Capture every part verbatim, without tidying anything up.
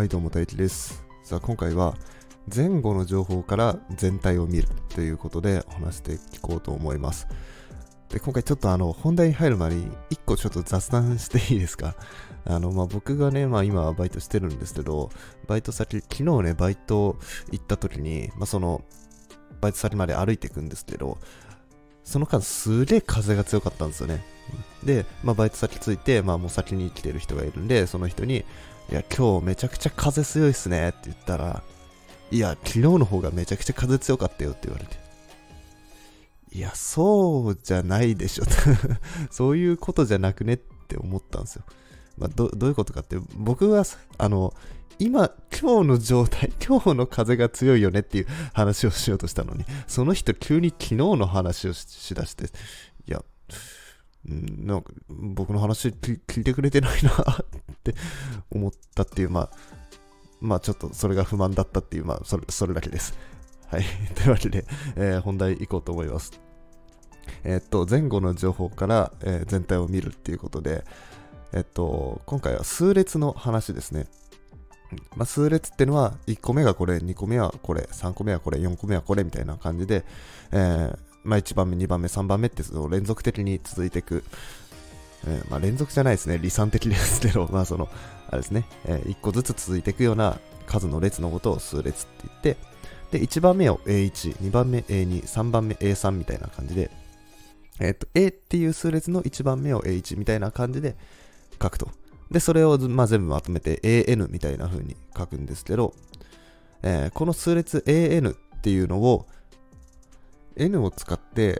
はい、どうも大輝です。さあ、今回は前後の情報から全体を見るということでお話していこうと思います。で、今回ちょっとあの本題に入る前に一個ちょっと雑談していいですか。あのまあ僕がね、まあ今バイトしてるんですけど、バイト先、昨日ねバイト行った時に、まあそのバイト先まで歩いていくんですけど、その間すげえ風が強かったんですよね。で、まあバイト先着いて、まあもう先に来てる人がいるんで、その人に、いや今日めちゃくちゃ風強いっすねって言ったら、いや昨日の方がめちゃくちゃ風強かったよって言われて、いやそうじゃないでしょそういうことじゃなくねって思ったんですよ。まあ、ど, どういうことかって、僕はあの今今日の状態、今日の風が強いよねっていう話をしようとしたのに、その人急に昨日の話を し, しだして、いやんなんか僕の話聞いてくれてないなって思ったっていう、まあまあちょっとそれが不満だったっていう、まあそれそれだけです。はい。というわけで、えー、本題行こうと思います。えー、っと、前後の情報から、えー、全体を見るっていうことで、えー、っと、今回は数列の話ですね。まあ、数列ってのは、いっこめがこれ、にこめはこれ、さんこめはこれ、よんこめはこれみたいな感じで、えー、まあいちばんめ、にばんめ、さんばんめってその連続的に続いていく。えー、まあ連続じゃないですね。離散的ですけど、まあその、あれですね、えー、いっこずつ続いていくような数の列のことを数列って言って、で、いちばんめを エーいち、にばんめ エーに、さんばんめ エーさん みたいな感じで、えっと、A っていう数列のいちばんめを エーいち みたいな感じで書くと。で、それを、まあ、全部まとめて エーエヌ みたいな風に書くんですけど、えー、この数列 エーエヌ っていうのを N を使って、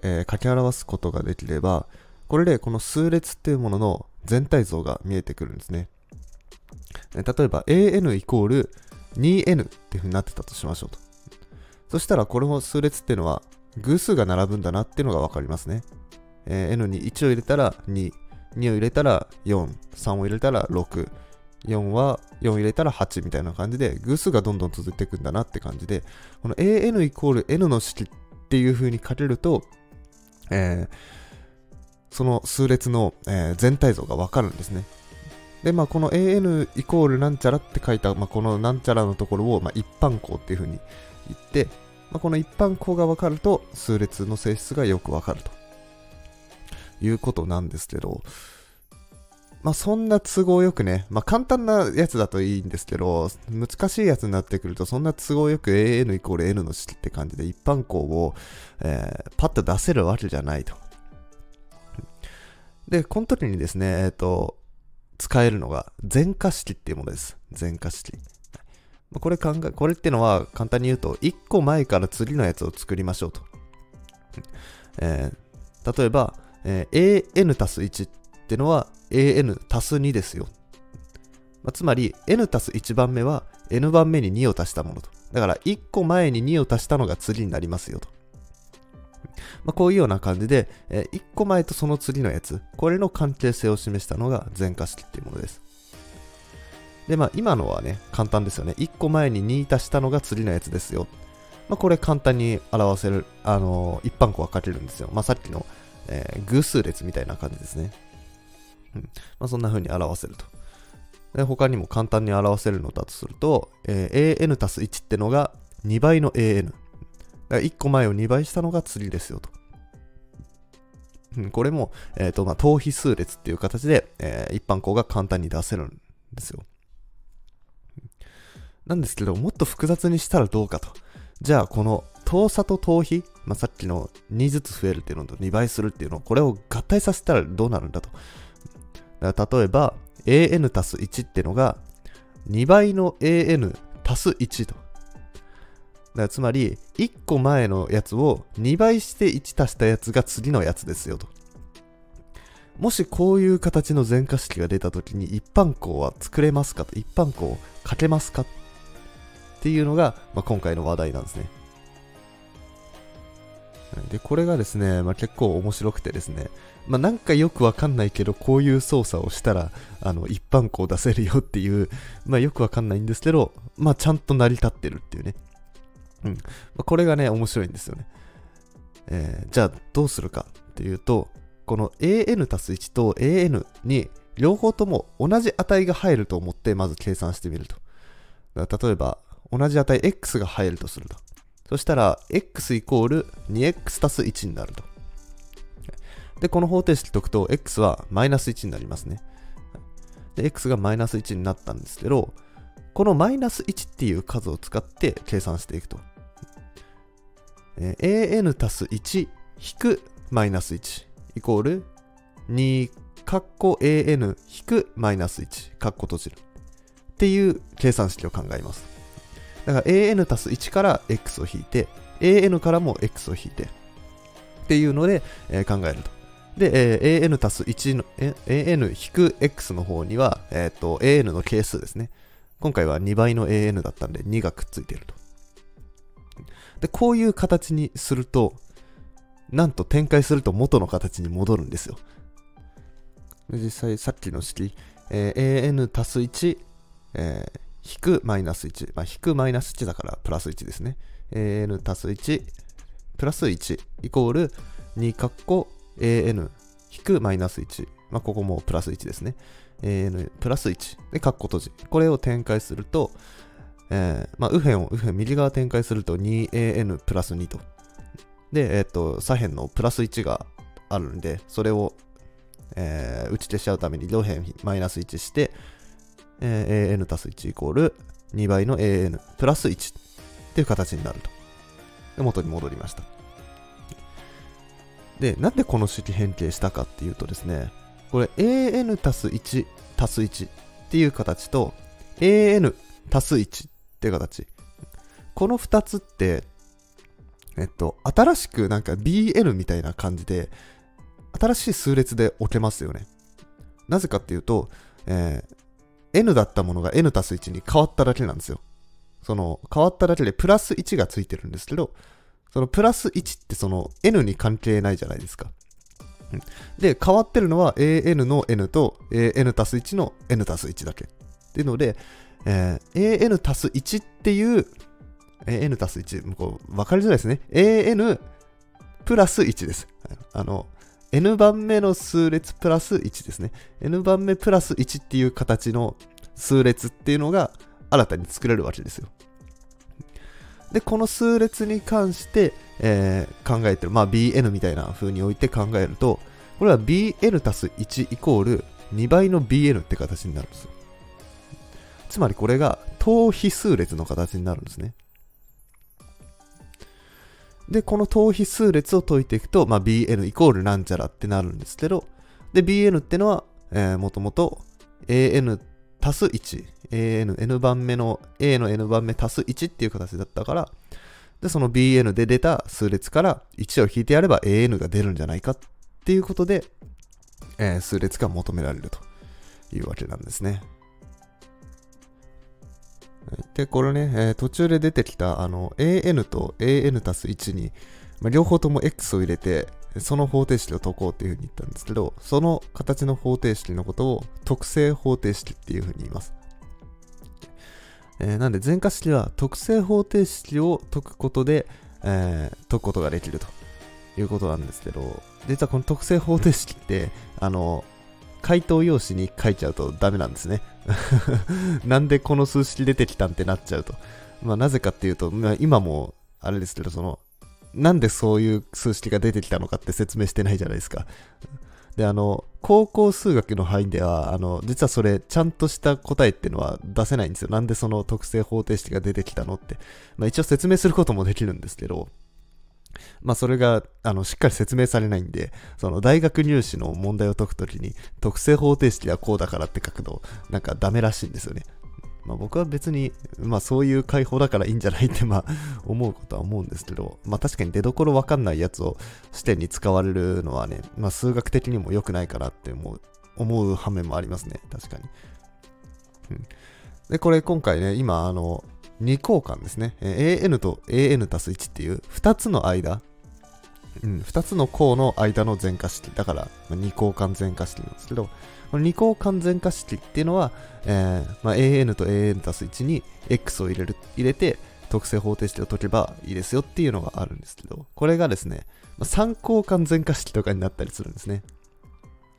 えー、書き表すことができれば、これでこの数列っていうものの全体像が見えてくるんですね。えー、例えば エーエヌ イコール にエヌ っていう風になってたとしましょうと。そしたらこの数列っていうのは偶数が並ぶんだなっていうのがわかりますね。えー、N にいちを入れたらに、にを入れたらよん、さんを入れたらろく、よんはよん入れたらはちみたいな感じで偶数がどんどん続いていくんだなって感じで、この エーエヌ イコール N の式っていう風に書けると、えー、その数列の、えー、全体像がわかるんですね。で、まあ、この エーエヌ イコールなんちゃらって書いた、まあ、このなんちゃらのところを、まあ、一般項っていう風に言って、まあ、この一般項が分かると数列の性質がよく分かるということなんですけど、まあそんな都合よくね、まあ簡単なやつだといいんですけど、難しいやつになってくるとそんな都合よく エーエヌ イコール N の式って感じで一般項を、えー、パッと出せるわけじゃないと。で、この時にですね、えっと、使えるのが前化式っていうものです。前化式。これ考え、これってのは簡単に言うと、いっこまえから次のやつを作りましょうと。えー、例えば、えー、エーエヌ 足すいちってのは エーエヌ 足すにですよ。まあ、つまり、N 足すいちばんめは N 番目ににを足したものと。だから、いっこまえににを足したのが次になりますよと。まあ、こういうような感じで、えー、いっこまえとその次のやつ、これの関係性を示したのが前化式っていうものです。で、まあ、今のはね、簡単ですよね。いっこまえにに足したのが次のやつですよ。まあ、これ簡単に表せる、あのー、一般項は書けるんですよ。まあ、さっきの、えー、偶数列みたいな感じですね。うん。まあ、そんな風に表せると。で、他にも簡単に表せるのだとすると、えー、エーエヌ 足すいちってのがにばいの エーエヌ。だからいっこまえをにばいしたのが次ですよと。うん、これも、えっと、まあ、等比数列っていう形で、えー、一般項が簡単に出せるんですよ。なんですけど、もっと複雑にしたらどうかと。じゃあ、この等差と等比、まあ、さっきのにずつ増えるっていうのとにばいするっていうの、これを合体させたらどうなるんだと。だから例えば、エーエヌ 足すいちってのがにばいの エーエヌ 足すいちと。だからつまり、いっこまえのやつをにばいしていち足したやつが次のやつですよと。もしこういう形の前化式が出たときに一般項は作れますかと。一般項を書けますかっていうのが、まあ、今回の話題なんですね。で、これがですね、まあ、結構面白くてですね、まあ、なんかよくわかんないけど、こういう操作をしたら、あの、一般項出せるよっていう、まあ、よくわかんないんですけど、まあ、ちゃんと成り立ってるっていうね。うん。まあ、これがね、面白いんですよね。えー、じゃあ、どうするかっていうと、この エーエヌ 足すいちと エーエヌ に両方とも同じ値が入ると思って、まず計算してみると。 だから例えば、同じ値 x が入るとすると。そしたら、x イコール にエックス 足すいちになると。で、この方程式解くと、x はマイナスいちになりますね。で、x がマイナスいちになったんですけど、このマイナスいちっていう数を使って計算していくと。えー、an 足すいち引くマイナスいちイコールにカッコ an 引くマイナスいちカッコ閉じるっていう計算式を考えます。だから an 足すいちから x を引いて an からも x を引いてっていうので、えー、考えると。で、えー、an 足すいちの、え an 引く x の方には、えー、と an の係数ですね。今回はにばいの an だったんでにがくっついていると。で、こういう形にすると、なんと展開すると元の形に戻るんですよ。で実際さっきの式、えー、an 足すいち、えー、引くマイナスいち、まあ、引くマイナスいちだからプラスいちですね。an 足すいちプラスいちイコールにカッコ an 引くマイナスいち、まあ、ここもプラスいちですね。an プラスいちでカッコ閉じ、これを展開すると、えーまあ、右辺を右辺右側展開すると にエーエヌ プラスにと。で、えっと、左辺のプラスいちがあるんで、それを、えー、打ち消しちゃうために両辺マイナスいちして、えー、an 足すいちイコールにばいの an プラスいちっていう形になると。で、元に戻りました。で、なんでこの式変形したかっていうとですね、これ an 足すいち足すいちっていう形と an 足すいちっていう形。このふたつって、えっと、新しくなんか ビーエヌ みたいな感じで、新しい数列で置けますよね。なぜかっていうと、えー、n だったものが n 足すいちに変わっただけなんですよ。その、変わっただけでプラスいちがついてるんですけど、そのプラスいちってその n に関係ないじゃないですか。で、変わってるのは an の n と n 足すいちの n 足すいちだけ。っていうので、えー、an 足すいちっていう、an 足すいち、こう分かりづらいですね。an プラスいちです。あの、n 番目の数列プラスいちですね。n 番目プラスいちっていう形の数列っていうのが新たに作れるわけですよ。で、この数列に関して、えー、考えてる。まあ ビーエヌ みたいな風に置いて考えると、これは ビーエヌ 足すいちイコールにばいの ビーエヌ って形になるんですよ。つまりこれが等比数列の形になるんですね。で、この等比数列を解いていくと、まあ、ビーエヌ イコールなんちゃらってなるんですけど、で、ビーエヌ ってのは、えー、もともと an 足すいち、an、n 番目の a の n 番目足すいちっていう形だったから、で、その ビーエヌ で出た数列からいちを引いてやれば an が出るんじゃないかっていうことで、えー、数列が求められるというわけなんですね。で、これね、えー、途中で出てきたあの an と an 足すいちに、まあ、両方とも x を入れて、その方程式を解こうっていうふうに言ったんですけど、その形の方程式のことを特性方程式っていうふうに言います。えー、なんで前科式は特性方程式を解くことで、えー、解くことができるということなんですけど、実はこの特性方程式って、あの、回答用紙に書いちゃうとダメなんですね。なんでこの数式出てきたんってなっちゃうと。まあなぜかっていうと、まあ、今もあれですけど、その、なんでそういう数式が出てきたのかって説明してないじゃないですか。で、あの、高校数学の範囲では、あの、実はそれ、ちゃんとした答えっていうのは出せないんですよ。なんでその特性方程式が出てきたのって。まあ一応説明することもできるんですけど、まあそれがあのしっかり説明されないんで、その大学入試の問題を解くときに特性方程式はこうだからって書くのなんかダメらしいんですよね。まあ僕は別にまあそういう解放だからいいんじゃないってまあ思うことは思うんですけど、まあ確かに出どころわかんないやつを視点に使われるのはね、まあ数学的にも良くないかなって思う思う反面もありますね。確かに。うん、でこれ今回ね今あの二項間ですね。an と an 足すいちっていうふたつの間、うん、ふたつの項の間の全化式。だから、まあ、二項間全化式なんですけど、この二項間全化式っていうのは、えーまあ、an と an 足すいちに x を入れる、入れて特性方程式を解けばいいですよっていうのがあるんですけど、これがですね、まあ、三項間全化式とかになったりするんですね。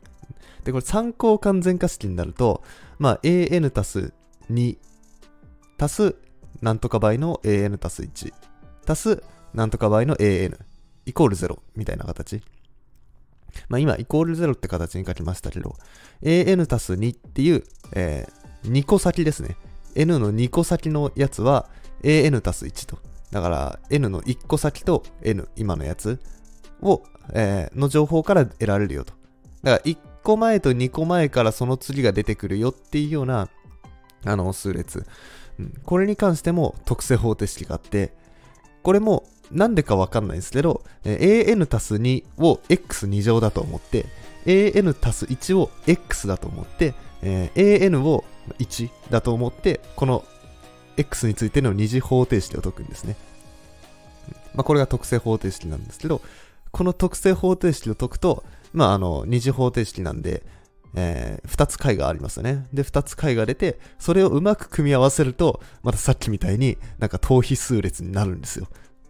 で、これ三項間全化式になると、まあ、an 足すに足すなんとか倍の エーエヌ 足すいち足すなんとか倍の エーエヌ イコールゼロみたいな形。まあ今イコールゼロって形に書きましたけど、エーエヌ 足すにっていう、えー、にこ先ですね。N のにこ先のやつは エーエヌ 足すいちと。だから N のいっこ先と N、今のやつを、えー、の情報から得られるよと。だからいっこまえとにこまえからその次が出てくるよっていうようなあの数列、うん。これに関しても特性方程式があって、これもなんでかわかんないんですけど、えー、エーエヌ 足すにを エックスに 乗だと思って、エーエヌ 足すいちを X だと思って、えー、エーエヌ をいちだと思って、この X についての二次方程式を解くんですね。まあ、これが特性方程式なんですけど、この特性方程式を解くと、まあ、あの、二次方程式なんで、えー、ふたつ解がありますよね。で、ふたつ解が出て、それをうまく組み合わせると、またさっきみたいになんか等比数列になるんですよ。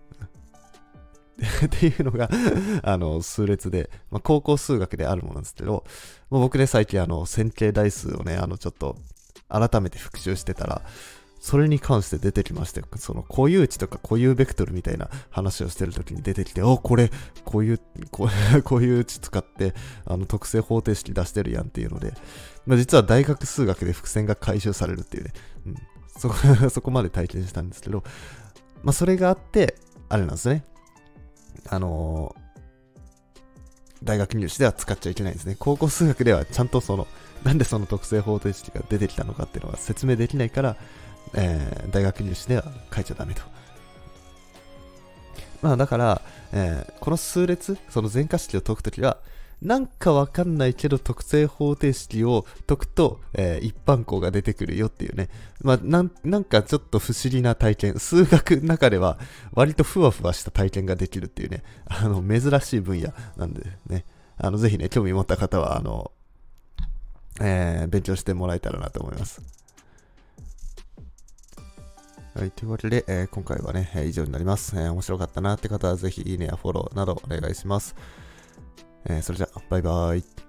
っていうのがあの数列で、まあ、高校数学であるものなんですけど、もう僕ね最近あの線形代数をねあのちょっと改めて復習してたら、それに関して出てきまして、その固有値とか固有ベクトルみたいな話をしてるときに出てきて、おこれこういうこう固有値使ってあの特性方程式出してるやんっていうので、まあ、実は大学数学で伏線が回収されるっていうね、うん、そこそこまで体験したんですけど、まあそれがあってあれなんですね。あのー、大学入試では使っちゃいけないんですね。高校数学ではちゃんとその、なんでその特性方程式が出てきたのかっていうのは説明できないから、えー、大学入試では書いちゃダメと。まあだから、えー、この数列、その全化式を解くときは、なんかわかんないけど特性方程式を解くと、えー、一般項が出てくるよっていうね。まあなん、なんかちょっと不思議な体験。数学の中では割とふわふわした体験ができるっていうね。あの、珍しい分野なんでね。あの、ぜひね、興味持った方は、あの、えー、勉強してもらえたらなと思います。はい、というわけで、えー、今回はね、以上になります。えー、面白かったなって方はぜひいいねやフォローなどお願いします。えー、それじゃ、バイバイ。